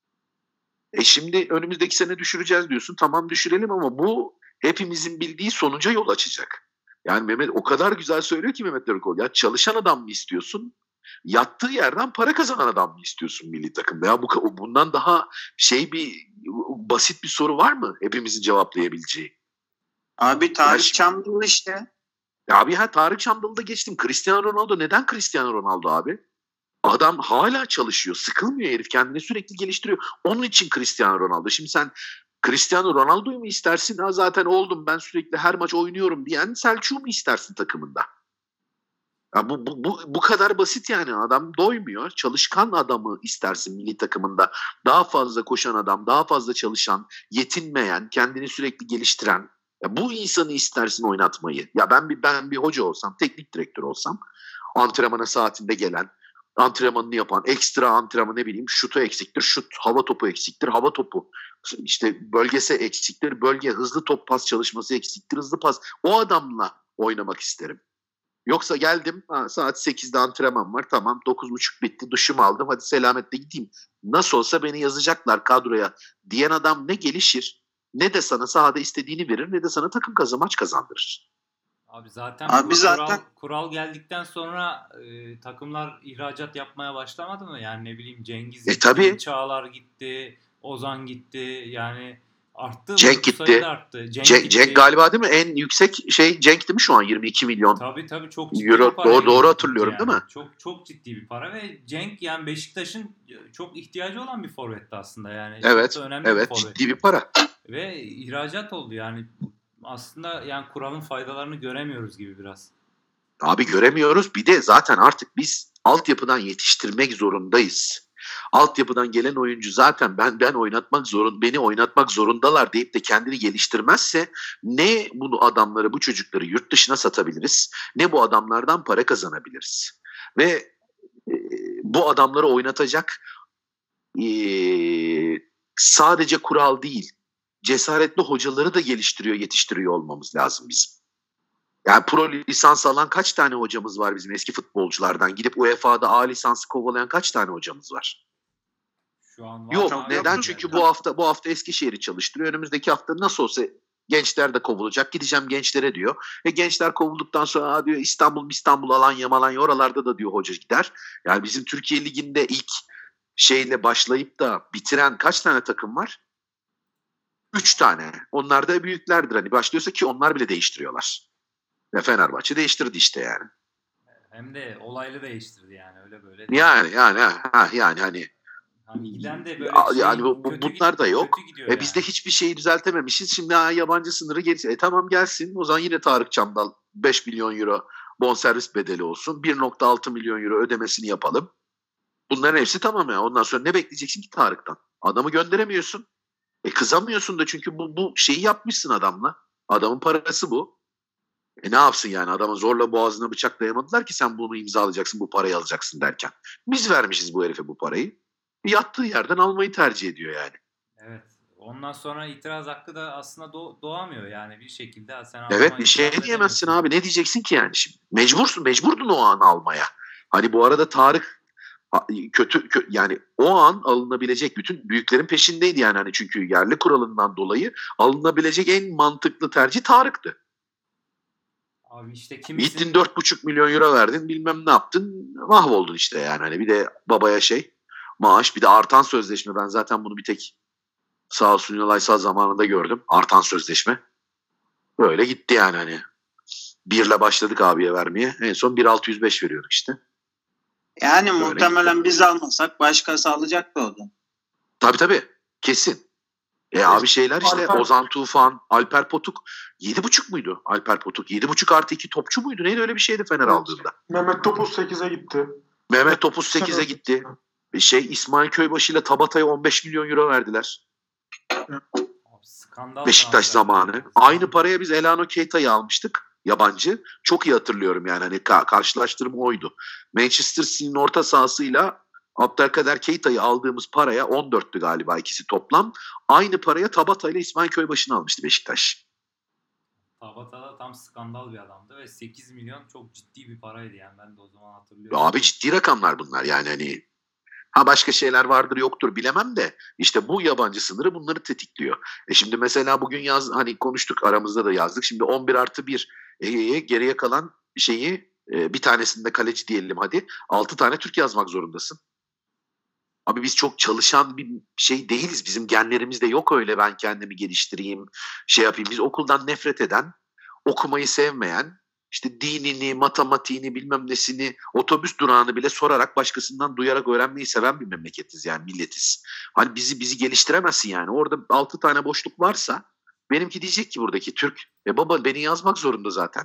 Speaker 3: E şimdi önümüzdeki sene düşüreceğiz diyorsun. Tamam düşürelim ama bu hepimizin bildiği sonuca yol açacak. Yani Mehmet o kadar güzel söylüyor ki Mehmet Demirkol. Ya çalışan adam mı istiyorsun? Yattığı yerden para kazanan adam mı istiyorsun milli takımda? Ya bu bundan daha şey bir basit bir soru var mı hepimizin cevaplayabileceği?
Speaker 4: Abi Tarık Çamlılı işte.
Speaker 3: Ya abi ha Tarık Çamlılı da geçtim. Cristiano Ronaldo neden Cristiano Ronaldo abi? Adam hala çalışıyor. Sıkılmıyor herif. Kendini sürekli geliştiriyor. Onun için Cristiano Ronaldo. Şimdi sen Cristiano Ronaldo'yu mu istersin? Ha zaten oldum ben sürekli her maç oynuyorum diyen Selçuk'u mu istersin takımında? Ya bu, bu, bu, bu kadar basit yani. Adam doymuyor. Çalışkan adamı istersin milli takımında. Daha fazla koşan adam, daha fazla çalışan, yetinmeyen, kendini sürekli geliştiren. Ya bu insanı istersin oynatmayı. Ya ben bir ben bir hoca olsam, teknik direktör olsam, antrenmana saatinde gelen, antrenmanını yapan, ekstra antrenman ne bileyim şutu eksiktir, şut, hava topu eksiktir, hava topu. İşte bölgesi eksiktir, bölge hızlı top pas çalışması eksiktir, hızlı pas. O adamla oynamak isterim. Yoksa geldim ha, saat sekizde antrenman var, tamam dokuz buçuk bitti, duşumu aldım, hadi selametle gideyim. Nasıl olsa beni yazacaklar kadroya diyen adam ne gelişir, ne de sana sahada istediğini verir, ne de sana takım kazan maç kazandırır.
Speaker 1: Abi zaten
Speaker 4: Abi
Speaker 1: bu
Speaker 4: zaten
Speaker 1: kural, kural geldikten sonra e, takımlar ihracat yapmaya başlamadı mı? Yani ne bileyim Cengiz
Speaker 3: E,
Speaker 1: gitti,
Speaker 3: tabii.
Speaker 1: Çağlar gitti, Ozan gitti. Yani arttı.
Speaker 3: Cenk gitti.
Speaker 1: Arttı. Cenk,
Speaker 3: Cenk,
Speaker 1: gitti.
Speaker 3: Cenk galiba değil mi? En yüksek şey Cenk değil mi şu an? yirmi iki milyon.
Speaker 1: Tabii tabii çok ciddi
Speaker 3: Euro,
Speaker 1: bir para.
Speaker 3: doğru, doğru hatırlıyorum
Speaker 1: yani.
Speaker 3: değil mi?
Speaker 1: Çok çok ciddi bir para ve Cenk yani Beşiktaş'ın çok ihtiyacı olan bir forvetti aslında yani.
Speaker 3: Evet.
Speaker 1: Çok da önemli
Speaker 3: Evet,
Speaker 1: bir forvet.
Speaker 3: ciddi bir para.
Speaker 1: Ve ihracat oldu yani. Aslında yani kuralın faydalarını göremiyoruz gibi biraz.
Speaker 3: Abi göremiyoruz. Bir de zaten artık biz altyapıdan yetiştirmek zorundayız. Altyapıdan gelen oyuncu zaten ben ben oynatmak zorun beni oynatmak zorundalar deyip de kendini geliştirmezse ne bunu adamları bu çocukları yurt dışına satabiliriz, ne bu adamlardan para kazanabiliriz. Ve e, bu adamları oynatacak e, sadece kural değil, cesaretli hocaları da geliştiriyor, yetiştiriyor olmamız lazım bizim. Yani pro lisans alan kaç tane hocamız var bizim eski futbolculardan? Gidip U E F A'da A lisansı kovalayan kaç tane hocamız var?
Speaker 1: Şu an var.
Speaker 3: Yok,
Speaker 1: Var,
Speaker 3: neden?
Speaker 1: yok.
Speaker 3: Çünkü bu hafta bu hafta Eskişehir'i çalıştırıyor. Önümüzdeki hafta nasıl olsa gençler de kovulacak. Gideceğim gençlere diyor. E gençler kovulduktan sonra diyor İstanbul, İstanbul, Alanya, Malanya oralarda da diyor hoca gider. Yani bizim Türkiye Ligi'nde ilk şeyle başlayıp da bitiren kaç tane takım var? Üç tane. Onlar da büyüklerdir. Hani başlıyorsa ki onlar bile değiştiriyorlar. Ve Fenerbahçe değiştirdi işte yani.
Speaker 1: Hem de olaylı değiştirdi yani öyle böyle.
Speaker 3: Yani yani ha yani hani
Speaker 1: hani giden de böyle
Speaker 3: ya,
Speaker 1: şey,
Speaker 3: yani bu, bunlar
Speaker 1: gidiyor,
Speaker 3: da yok. E
Speaker 1: yani.
Speaker 3: biz de hiçbir şeyi düzeltememişiz. Şimdi ha, yabancı sınırı gelirse e tamam gelsin. O zaman yine Tarık Çamdal beş milyon euro bonservis bedeli olsun. bir nokta altı milyon euro ödemesini yapalım. Bunların hepsi tamam ya. Ondan sonra ne bekleyeceksin ki Tarık'tan? Adamı gönderemiyorsun. E kızamıyorsun da çünkü bu, bu şeyi yapmışsın adamla. Adamın parası bu. E ne yapsın yani, adama zorla boğazına bıçak dayamadılar ki sen bunu imzalayacaksın, bu parayı alacaksın derken. Biz vermişiz bu herife bu parayı. Yattığı yerden almayı tercih ediyor yani.
Speaker 1: Evet. Ondan sonra itiraz hakkı da aslında doğ- doğamıyor yani bir şekilde. Sen
Speaker 3: Evet, bir şey diyemezsin abi. Ne diyeceksin ki yani şimdi? Mecbursun, mecburdun o an almaya. Hani bu arada Tarık kötü, kötü yani o an alınabilecek bütün büyüklerin peşindeydi yani hani çünkü yerli kuralından dolayı alınabilecek en mantıklı tercih Tarık'tı.
Speaker 1: Abi işte kimisin...
Speaker 3: Gittin dört buçuk milyon euro verdin, bilmem ne yaptın, mahvoldun işte yani. Hani bir de babaya şey maaş, bir de artan sözleşme. Ben zaten bunu bir tek Sağ olsun Ünal Aysal zamanında gördüm. Artan sözleşme. Böyle gitti yani hani. Birle başladık abiye vermeye. En son bir altı yüz beş veriyorduk işte.
Speaker 4: Yani
Speaker 3: Böyle
Speaker 4: muhtemelen
Speaker 3: gitti.
Speaker 4: biz almasak başkası alacaktı o da.
Speaker 3: Tabii tabii. Kesin. E abi şeyler işte
Speaker 2: Alper-
Speaker 3: Ozan Tufan, Alper Potuk. Yedi buçuk muydu Alper Potuk? Yedi buçuk artı iki topçu muydu? Neydi öyle bir şeydi Fener
Speaker 2: Evet.
Speaker 3: aldığında.
Speaker 2: Mehmet Topuz sekize gitti.
Speaker 3: Mehmet Topuz sekize gitti. Şey İsmail Köybaşı ile Tabata'ya on beş milyon euro verdiler.
Speaker 1: Abi, skandal
Speaker 3: Beşiktaş
Speaker 1: transfer.
Speaker 3: zamanı. Aynı paraya biz Elano Keita'yı almıştık. Yabancı. Çok iyi hatırlıyorum yani. Hani ka- karşılaştırma oydu. Manchester City'nin orta sahasıyla Abdelkader Keita'yı aldığımız paraya on dörttü galiba ikisi toplam. Aynı paraya Tabata ile İsmail Köybaşı'nı almıştı Beşiktaş.
Speaker 1: Tabata da tam skandal bir adamdı ve sekiz milyon çok ciddi bir paraydı yani ben de o zaman hatırlıyorum.
Speaker 3: Abi ciddi rakamlar bunlar yani hani. Ha başka şeyler vardır yoktur bilemem de işte bu yabancı sınırı bunları tetikliyor. E şimdi mesela bugün yaz hani konuştuk aramızda da yazdık. Şimdi on bir artı bir Ege'ye geriye kalan şeyi e, bir tanesinde kaleci diyelim hadi. altı tane Türk yazmak zorundasın. Abi biz çok çalışan bir şey değiliz. Bizim genlerimizde yok öyle ben kendimi geliştireyim, şey yapayım. Biz okuldan nefret eden, okumayı sevmeyen, işte dinini, matematiğini, bilmem nesini, otobüs durağını bile sorarak başkasından duyarak öğrenmeyi seven bir memleketiz yani milletiz. Hani bizi bizi geliştiremezsin yani. Orada altı tane boşluk varsa benimki diyecek ki buradaki Türk, e baba beni yazmak zorunda zaten.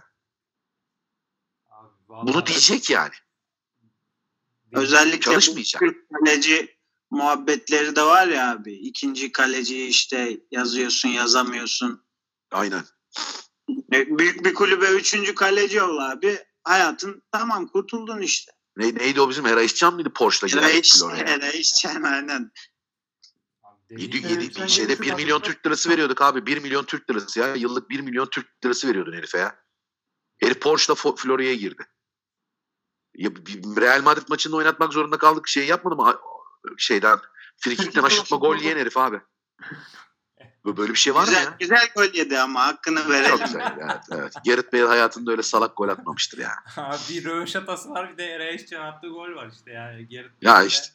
Speaker 1: Abi, vallahi
Speaker 3: Bunu diyecek yani.
Speaker 4: Özellikle bu
Speaker 3: Çalışmayacak.
Speaker 4: Türk kaleci muhabbetleri de var ya abi. İkinci kaleciyi işte yazıyorsun yazamıyorsun.
Speaker 3: Aynen.
Speaker 4: E, Büyük bir kulübe üçüncü kaleci ol abi. Hayatın tamam kurtuldun işte.
Speaker 3: Ne, neydi o bizim Eray İşcan mıydı Porsche'la giden
Speaker 4: Reis,
Speaker 3: Florya'ya?
Speaker 4: reis aynen.
Speaker 1: Abi,
Speaker 3: Yedi,
Speaker 1: dediğin-
Speaker 3: yedi,
Speaker 2: Evet,
Speaker 3: şeyde
Speaker 2: sen
Speaker 3: bir
Speaker 2: gerisi
Speaker 3: milyon
Speaker 2: zaten-
Speaker 3: Türk lirası veriyorduk abi. bir milyon Türk lirası ya. Yıllık bir milyon Türk lirası veriyordun herife ya. Herif Porsche'la Fo- Florya'ya girdi. Ya, bir Real Madrid maçında oynatmak zorunda kaldık. Şey yapmadı mı? Şeyden frikikten
Speaker 2: Frikikten
Speaker 3: aşırtma gol
Speaker 2: aşırtma
Speaker 3: yiyen
Speaker 2: gol.
Speaker 3: herif abi. Böyle bir şey var mı
Speaker 4: Güzel,
Speaker 3: ya?
Speaker 4: güzel gol yedi ama hakkını
Speaker 3: Çok
Speaker 4: verelim.
Speaker 3: güzel. Evet, evet. Gareth Bale hayatında öyle salak gol atmamıştır ya.
Speaker 1: Abi bir röveşatası var bir de Eray Can attığı gol var işte yani. Gerrit
Speaker 3: Ya
Speaker 1: Bale'de-
Speaker 3: işte.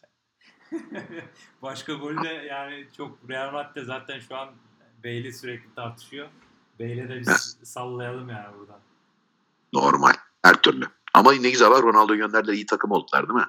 Speaker 1: Başka gol de yani çok Real Madrid zaten şu an Bale'i sürekli tartışıyor. Bale'e de biz sallayalım yani buradan.
Speaker 3: Normal. Her türlü. Ama ne güzel var. Ronaldo gönderdiler. İyi takım oldular değil mi?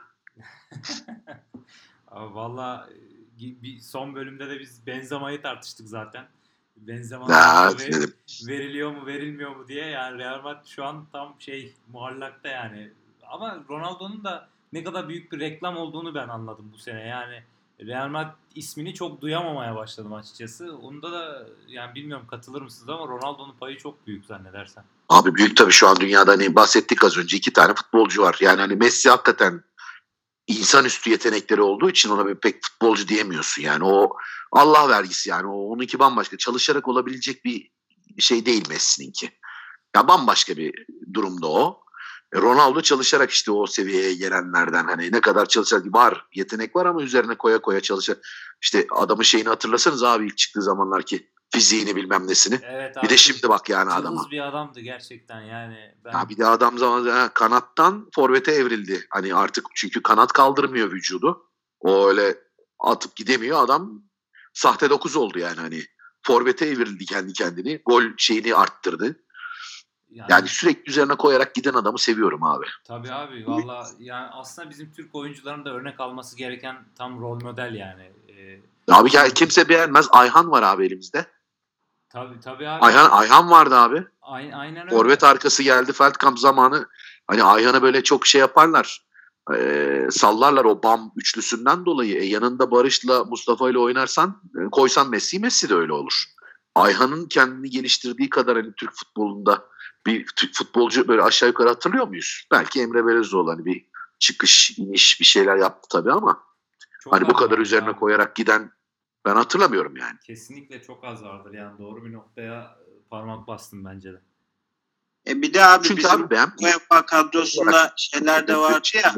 Speaker 1: Abi valla bir son bölümde de biz Benzema'yı tartıştık zaten. Benzema
Speaker 3: Ya,
Speaker 1: ver-
Speaker 3: dedim.
Speaker 1: veriliyor mu verilmiyor mu diye yani Real Madrid şu an tam şey muallakta yani. Ama Ronaldo'nun da ne kadar büyük bir reklam olduğunu ben anladım bu sene. Yani Real Madrid ismini çok duyamamaya başladım açıkçası. Onda da yani bilmiyorum katılır mısınız ama Ronaldo'nun payı çok büyük zannedersem.
Speaker 3: Abi büyük tabii şu an dünyada hani bahsettik az önce iki tane futbolcu var. Yani hani Messi hakikaten insanüstü yetenekleri olduğu için ona bir pek futbolcu diyemiyorsun. Yani o Allah vergisi yani o onunki bambaşka. Çalışarak olabilecek bir şey değil Messi'ninki. Ya bambaşka bir durumda o. E, Ronaldo çalışarak işte o seviyeye gelenlerden hani ne kadar çalışarak var yetenek var ama üzerine koya koya çalışarak işte adamın şeyini hatırlasanız abi ilk çıktığı zamanlar ki fiziğini bilmem nesini.
Speaker 1: Evet
Speaker 3: Bir de şimdi bak yani adama.
Speaker 1: Cılız bir adamdı gerçekten yani. Ben...
Speaker 3: Ya bir de adam zaman ha, kanattan forvete evrildi. Hani artık çünkü kanat kaldırmıyor vücudu. O öyle atıp gidemiyor adam. Sahte dokuz oldu yani hani. Forvete evrildi kendi kendini. Gol şeyini arttırdı.
Speaker 1: Yani,
Speaker 3: Yani sürekli üzerine koyarak giden adamı seviyorum abi.
Speaker 1: Tabii abi valla yani aslında bizim Türk oyuncuların da örnek alması gereken tam rol model yani. Ee,
Speaker 3: Abi ya kimse beğenmez. Ayhan var abi elimizde.
Speaker 1: tabii tabii abi.
Speaker 3: Ayhan Ayhan vardı abi.
Speaker 1: Aynen, aynen öyle.
Speaker 3: Forvet arkası geldi Feldkamp zamanı. Hani Ayhan'ı böyle çok şey yaparlar. E, sallarlar o BAM üçlüsünden dolayı. E, yanında Barış'la Mustafa ile oynarsan e, koysan Messi Messi de öyle olur. Ayhan'ın kendini geliştirdiği kadar hani Türk futbolunda bir Türk futbolcu böyle aşağı yukarı hatırlıyor muyuz? Belki Emre Belözoğlu hani bir çıkış iniş bir şeyler yaptı tabii ama
Speaker 1: Çok
Speaker 3: hani bu
Speaker 1: az
Speaker 3: kadar
Speaker 1: vardır
Speaker 3: üzerine
Speaker 1: abi.
Speaker 3: koyarak giden ben hatırlamıyorum yani.
Speaker 1: Kesinlikle çok az vardır yani doğru bir noktaya parmak bastım bence de.
Speaker 4: E bir de abi
Speaker 3: Çünkü
Speaker 4: bizim
Speaker 3: abi ben
Speaker 4: UEFA kadrosunda şeyler de vardı ya.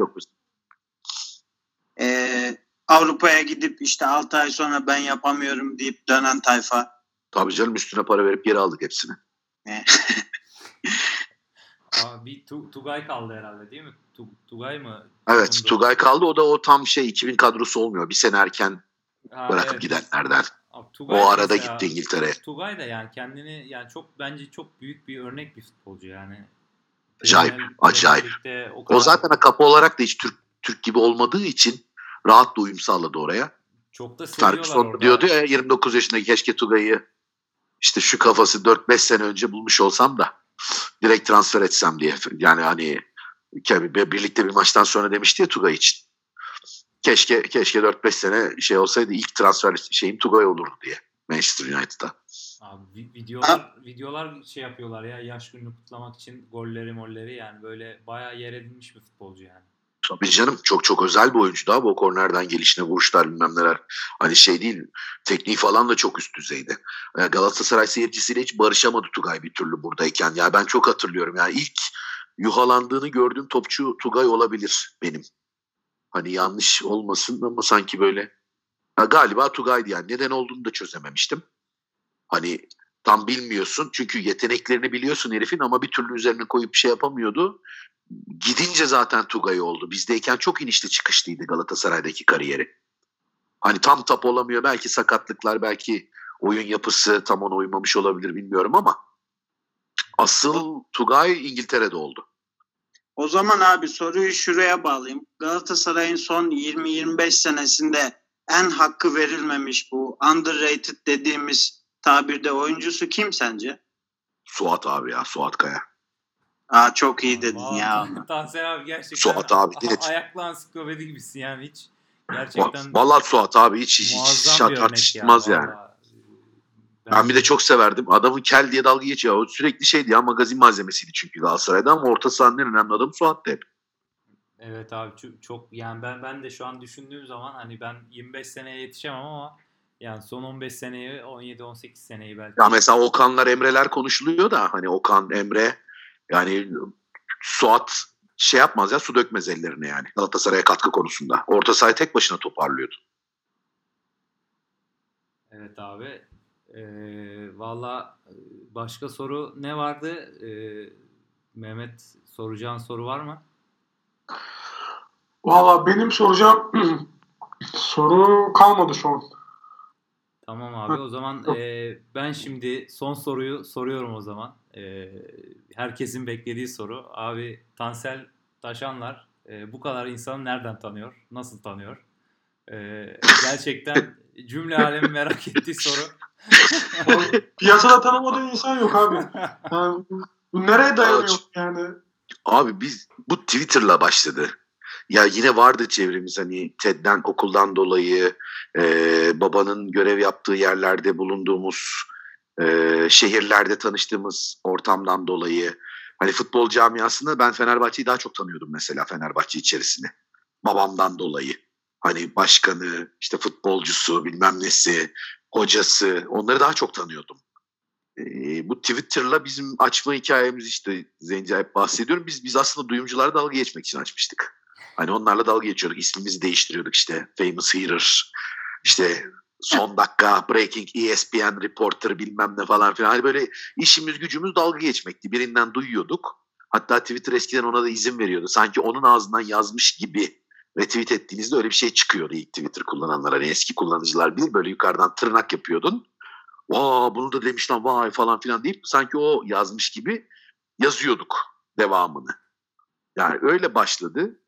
Speaker 4: E, Avrupa'ya gidip işte altı ay sonra ben yapamıyorum deyip dönen tayfa.
Speaker 3: Tabii canım üstüne para verip geri aldık hepsini.
Speaker 1: Aa, bir tu, Tugay kaldı herhalde değil mi? Tu, Tugay mı?
Speaker 3: Evet
Speaker 1: Sonunda.
Speaker 3: Tugay kaldı o da o tam şey iki bin kadrosu olmuyor. Bir sene erken
Speaker 1: Ha,
Speaker 3: bırakıp
Speaker 1: evet.
Speaker 3: gidenlerden.
Speaker 1: Abi, Tugay
Speaker 3: O
Speaker 1: da
Speaker 3: arada
Speaker 1: mesela,
Speaker 3: gitti İngiltere'ye.
Speaker 1: Tugay da yani kendini yani çok bence çok büyük bir örnek bir futbolcu yani.
Speaker 3: Acayip,
Speaker 1: Premier,
Speaker 3: acayip.
Speaker 1: Premier Lig'de o
Speaker 3: O
Speaker 1: kadar
Speaker 3: zaten kapı olarak da hiç Türk Türk gibi olmadığı için rahat da uyum sağladı oraya.
Speaker 1: çok da seviyorlar
Speaker 3: Ferguson
Speaker 1: orada.
Speaker 3: diyordu ya yirmi dokuz yaşındaki keşke Tugay'ı işte şu kafası dört beş sene önce bulmuş olsam da direkt transfer etsem diye. Yani hani birlikte bir maçtan sonra demişti ya Tugay için. Keşke keşke dört beş sene şey olsaydı ilk transfer şeyim Tugay olurdu diye Manchester United'da.
Speaker 1: Abi videolar videolar şey yapıyorlar ya yaş gününü kutlamak için golleri molleri yani böyle bayağı yer edilmiş bir futbolcu yani.
Speaker 3: Tabii canım çok çok özel bir oyuncu da bu o kornerden gelişine vuruşlar bilmem neler. Hani şey değil tekniği falan da çok üst düzeyde. Galatasaray seyircisiyle hiç barışamadı Tugay bir türlü buradayken. Ya ben çok hatırlıyorum yani ilk yuhalandığını gördüğüm topçu Tugay olabilir benim. Hani yanlış olmasın ama sanki böyle ya galiba Tugay'dı yani neden olduğunu da çözememiştim. Hani tam bilmiyorsun çünkü yeteneklerini biliyorsun herifin ama bir türlü üzerine koyup bir şey yapamıyordu. Gidince zaten Tugay oldu. Bizdeyken çok inişli çıkışlıydı Galatasaray'daki kariyeri. Hani tam tap olamıyor. Belki sakatlıklar, belki oyun yapısı tam ona uymamış olabilir bilmiyorum ama asıl Tugay İngiltere'de oldu.
Speaker 4: O zaman abi soruyu şuraya bağlayayım. Galatasaray'ın son yirmi yirmi beş senesinde en hakkı verilmemiş bu underrated dediğimiz tabirde oyuncusu kim sence?
Speaker 3: Suat abi ya, Suat Kaya.
Speaker 4: Aa çok iyi dedin
Speaker 1: Vallahi,
Speaker 4: ya.
Speaker 1: Tansel abi gerçekten
Speaker 3: Suat abi
Speaker 1: a- ayaklı ansiklopedi gibisin yani hiç gerçekten.
Speaker 3: Vallahi Suat abi hiç hiç,
Speaker 1: muazzam
Speaker 3: hiç
Speaker 1: bir örnek
Speaker 3: tartışılmaz
Speaker 1: ya,
Speaker 3: yani.
Speaker 1: vallahi.
Speaker 3: Ben, ben bir de çok severdim. Adamın kel diye dalga geçiyor. O sürekli şeydi ya magazin malzemesiydi çünkü Galatasaray'da ama orta sahanın en önemli adamı Suat'tı hep.
Speaker 1: Evet abi çok, çok yani ben ben de şu an düşündüğüm zaman hani ben yirmi beş seneye yetişemem ama yani son on beş seneyi on yedi on sekiz seneyi belki.
Speaker 3: Ya mesela Okanlar, Emreler konuşuluyor da hani Okan, Emre yani Suat şey yapmaz ya su dökmez ellerine yani Galatasaray'a katkı konusunda. Orta sahayı tek başına toparlıyordu.
Speaker 1: Evet abi. Ee, Valla başka soru ne vardı? Ee, Mehmet soracağın soru var mı?
Speaker 2: Valla benim soracağım soru kalmadı şu an.
Speaker 1: Tamam abi o zaman e, ben şimdi son soruyu soruyorum o zaman. E, herkesin beklediği soru. Abi Tansel Taşanlar e, bu kadar insanı nereden tanıyor? Nasıl tanıyor? E, gerçekten cümle alemi merak ettiği soru.
Speaker 2: Piyasada tanımadığı insan yok abi. Yani, bu nereye dayanıyor yani?
Speaker 3: Abi biz bu Twitter'la başladı. Ya yine vardı çevremiz hani Ted'den okuldan dolayı e, babanın görev yaptığı yerlerde bulunduğumuz e, şehirlerde tanıştığımız ortamdan dolayı hani futbol camiasında ben Fenerbahçe'yi daha çok tanıyordum mesela Fenerbahçe içerisinde babamdan dolayı hani başkanı işte futbolcusu bilmem nesi hocası onları daha çok tanıyordum. E, bu Twitter'la bizim açma hikayemiz işte Zenci hep bahsediyorum biz biz aslında duyumculara dalga geçmek için açmıştık. Hani onlarla dalga geçiyorduk. İsmimizi değiştiriyorduk işte. Famous Hearer, işte son dakika Breaking E S P N Reporter bilmem ne falan filan. Hani böyle işimiz gücümüz dalga geçmekti. Birinden duyuyorduk. Hatta Twitter eskiden ona da izin veriyordu. Sanki onun ağzından yazmış gibi retweet ettiğinizde öyle bir şey çıkıyordu ilk Twitter kullananlar. Hani eski kullanıcılar bilir böyle yukarıdan tırnak yapıyordun. Vaa bunu da demiş lan vay falan filan deyip sanki o yazmış gibi yazıyorduk devamını. Yani öyle başladı.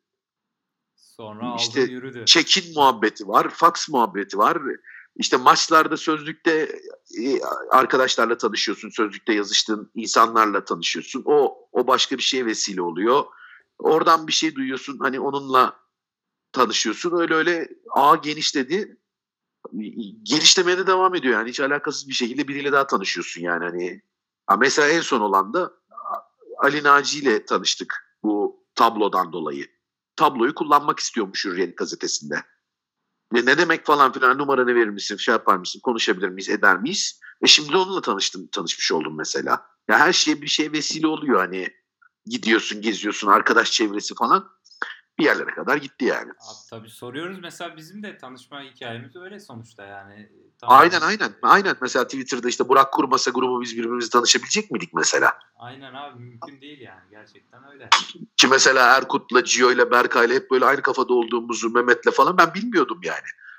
Speaker 1: Sonra
Speaker 3: İşte
Speaker 1: aldı yürüdü.
Speaker 3: check-in muhabbeti var, fax muhabbeti var. İşte maçlarda sözlükte arkadaşlarla tanışıyorsun, sözlükte yazıştığın insanlarla tanışıyorsun. O o başka bir şeye vesile oluyor. Oradan bir şey duyuyorsun, hani onunla tanışıyorsun. Öyle öyle ağ genişledi. Genişlemeye de devam ediyor yani hiç alakasız bir şekilde biriyle daha tanışıyorsun yani hani. Mesela en son olan da Ali Naci ile tanıştık bu tablodan dolayı. Tabloyu kullanmak istiyormuş Hürriyet gazetesinde. Ne, ne demek falan filan numaranı verir misin, şey yapar mısın, konuşabilir miyiz, eder miyiz? E şimdi onunla tanıştım, tanışmış oldum mesela. Ya her şeye bir şey vesile oluyor hani gidiyorsun, geziyorsun, arkadaş çevresi falan bir yerlere kadar gitti yani.
Speaker 1: Abi, tabii soruyoruz mesela bizim de tanışma hikayemiz öyle sonuçta yani.
Speaker 3: Tamam. Aynen aynen. Aynen mesela Twitter'da işte Burak kurmasa grubu biz birbirimizi tanışabilecek miydik mesela?
Speaker 1: Aynen abi mümkün değil yani gerçekten öyle.
Speaker 3: Ki mesela Erkut'la, Gio'yla, Berkay'la hep böyle aynı kafada olduğumuzu Mehmet'le falan ben bilmiyordum yani.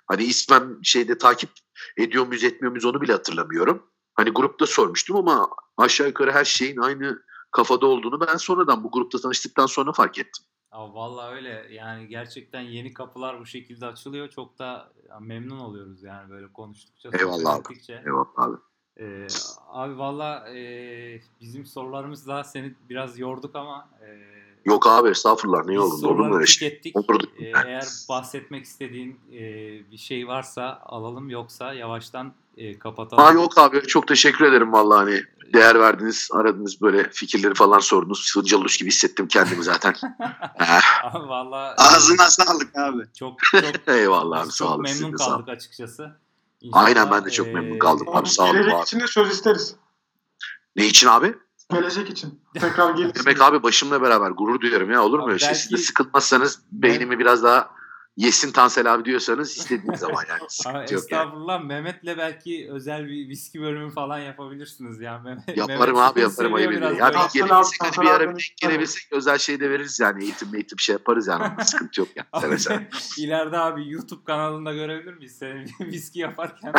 Speaker 3: Hani ismen şeyde takip ediyor muyuz etmiyor muyuz onu bile hatırlamıyorum. Hani grupta sormuştum ama aşağı yukarı her şeyin aynı kafada olduğunu ben sonradan bu grupta tanıştıktan sonra fark ettim.
Speaker 1: Abi vallahi öyle yani gerçekten yeni kapılar bu şekilde açılıyor. Çok da memnun oluyoruz yani böyle konuştukça.
Speaker 3: Eyvallah abi.
Speaker 1: Ettikçe.
Speaker 3: Eyvallah abi.
Speaker 1: Ee, abi valla e, bizim sorularımız daha seni biraz yorduk ama e,
Speaker 3: yok abi estağfurullah ne
Speaker 1: biz
Speaker 3: olur olur mu öyle şey?
Speaker 1: tükettik. Ee, eğer bahsetmek istediğin e, bir şey varsa alalım yoksa yavaştan e, kapatalım.
Speaker 3: Ha yok abi çok teşekkür ederim vallahi hani değer verdiniz aradınız böyle fikirleri falan sordunuz. Sığıncaluş gibi hissettim kendimi zaten.
Speaker 1: Abi vallahi
Speaker 4: ağzına sağlık abi.
Speaker 1: Çok çok
Speaker 3: eyvallah abi sağ
Speaker 1: çok
Speaker 3: olun.
Speaker 1: memnun
Speaker 3: Sağ
Speaker 1: kaldık
Speaker 3: olun.
Speaker 1: açıkçası. İnşallah,
Speaker 3: aynen ben de çok
Speaker 1: e,
Speaker 3: memnun kaldım abi sağ olun.
Speaker 2: Gelecek
Speaker 3: Abi.
Speaker 2: için de söz isteriz.
Speaker 3: Ne için abi?
Speaker 2: Gelecek için. Tekrar gelirsin.
Speaker 3: Demek abi başımla beraber gurur duyuyorum ya olur mu?
Speaker 1: Abi
Speaker 3: Öyle şey? Siz de
Speaker 1: belki-
Speaker 3: sıkılmazsanız beynimi biraz daha yesin Tansel abi diyorsanız istediğiniz zaman yani.
Speaker 1: Abi
Speaker 3: Sıkıntı yok yani.
Speaker 1: estağfurullah Mehmet'le belki özel bir viski bölümü falan yapabilirsiniz ya. Mehmet,
Speaker 3: Yaparım
Speaker 1: Mehmet
Speaker 3: abi
Speaker 1: spor
Speaker 3: yaparım
Speaker 1: seviyor
Speaker 3: ayıp
Speaker 1: biraz
Speaker 3: ediyor. Ya
Speaker 1: böyle.
Speaker 3: bir
Speaker 2: Tansel
Speaker 3: gelebilsek
Speaker 2: abi,
Speaker 3: hani
Speaker 2: Tansel
Speaker 3: bir
Speaker 2: abi
Speaker 3: ara
Speaker 2: benim-
Speaker 3: bir gelebilsek özel şey de veririz yani eğitim eğitim şey yaparız yani. Sıkıntı yok yani. Seve seve.
Speaker 1: İleride abi YouTube kanalında görebilir miyiz seni viski yaparken?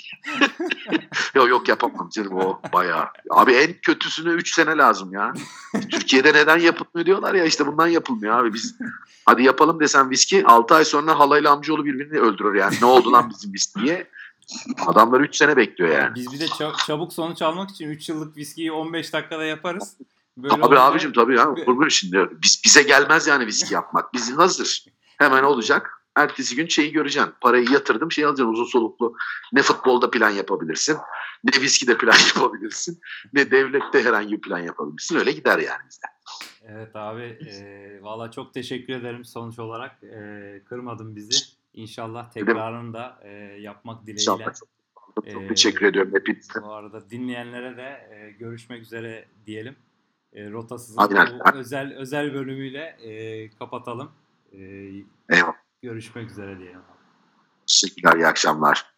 Speaker 3: Yok yok yapamam canım o bayağı. Abi en kötüsüne üç sene lazım ya. Türkiye'de neden yapılmıyor diyorlar ya işte bundan yapılmıyor abi. Biz hadi yapalım desen viski altı ay sonra halayla amcaoğlu birbirini öldürür yani. Ne oldu lan bizim viskiye? Adamlar üç sene bekliyor yani.
Speaker 1: Biz bir de ça- çabuk sonuç almak için üç yıllık viskiyi on beş dakikada yaparız. Böyle
Speaker 3: Abi
Speaker 1: olunca-
Speaker 3: abicim tabii ya. Olur şimdi. Biz, bize gelmez yani viski yapmak. Bizim hazır. Hemen olacak. Ertesi gün şeyi göreceksin. Parayı yatırdım şey alacaksın uzun soluklu. Ne futbolda plan yapabilirsin. Ne viskide plan yapabilirsin. Ne devlette herhangi bir plan yapabilirsin. Öyle gider yani bizde.
Speaker 1: Evet abi e, valla çok teşekkür ederim sonuç olarak. E, kırmadın bizi. İnşallah tekrarını da e, yapmak dileğiyle.
Speaker 3: İnşallah çok, çok
Speaker 1: Ee,
Speaker 3: teşekkür ediyorum hepinize.
Speaker 1: Bu arada dinleyenlere de e, görüşmek üzere diyelim. E, Rotasız'ın
Speaker 3: Aynen.
Speaker 1: bu özel özel bölümüyle e, kapatalım. E,
Speaker 3: Eyvallah.
Speaker 1: görüşmek üzere diyelim.
Speaker 3: Teşekkürler. İyi akşamlar.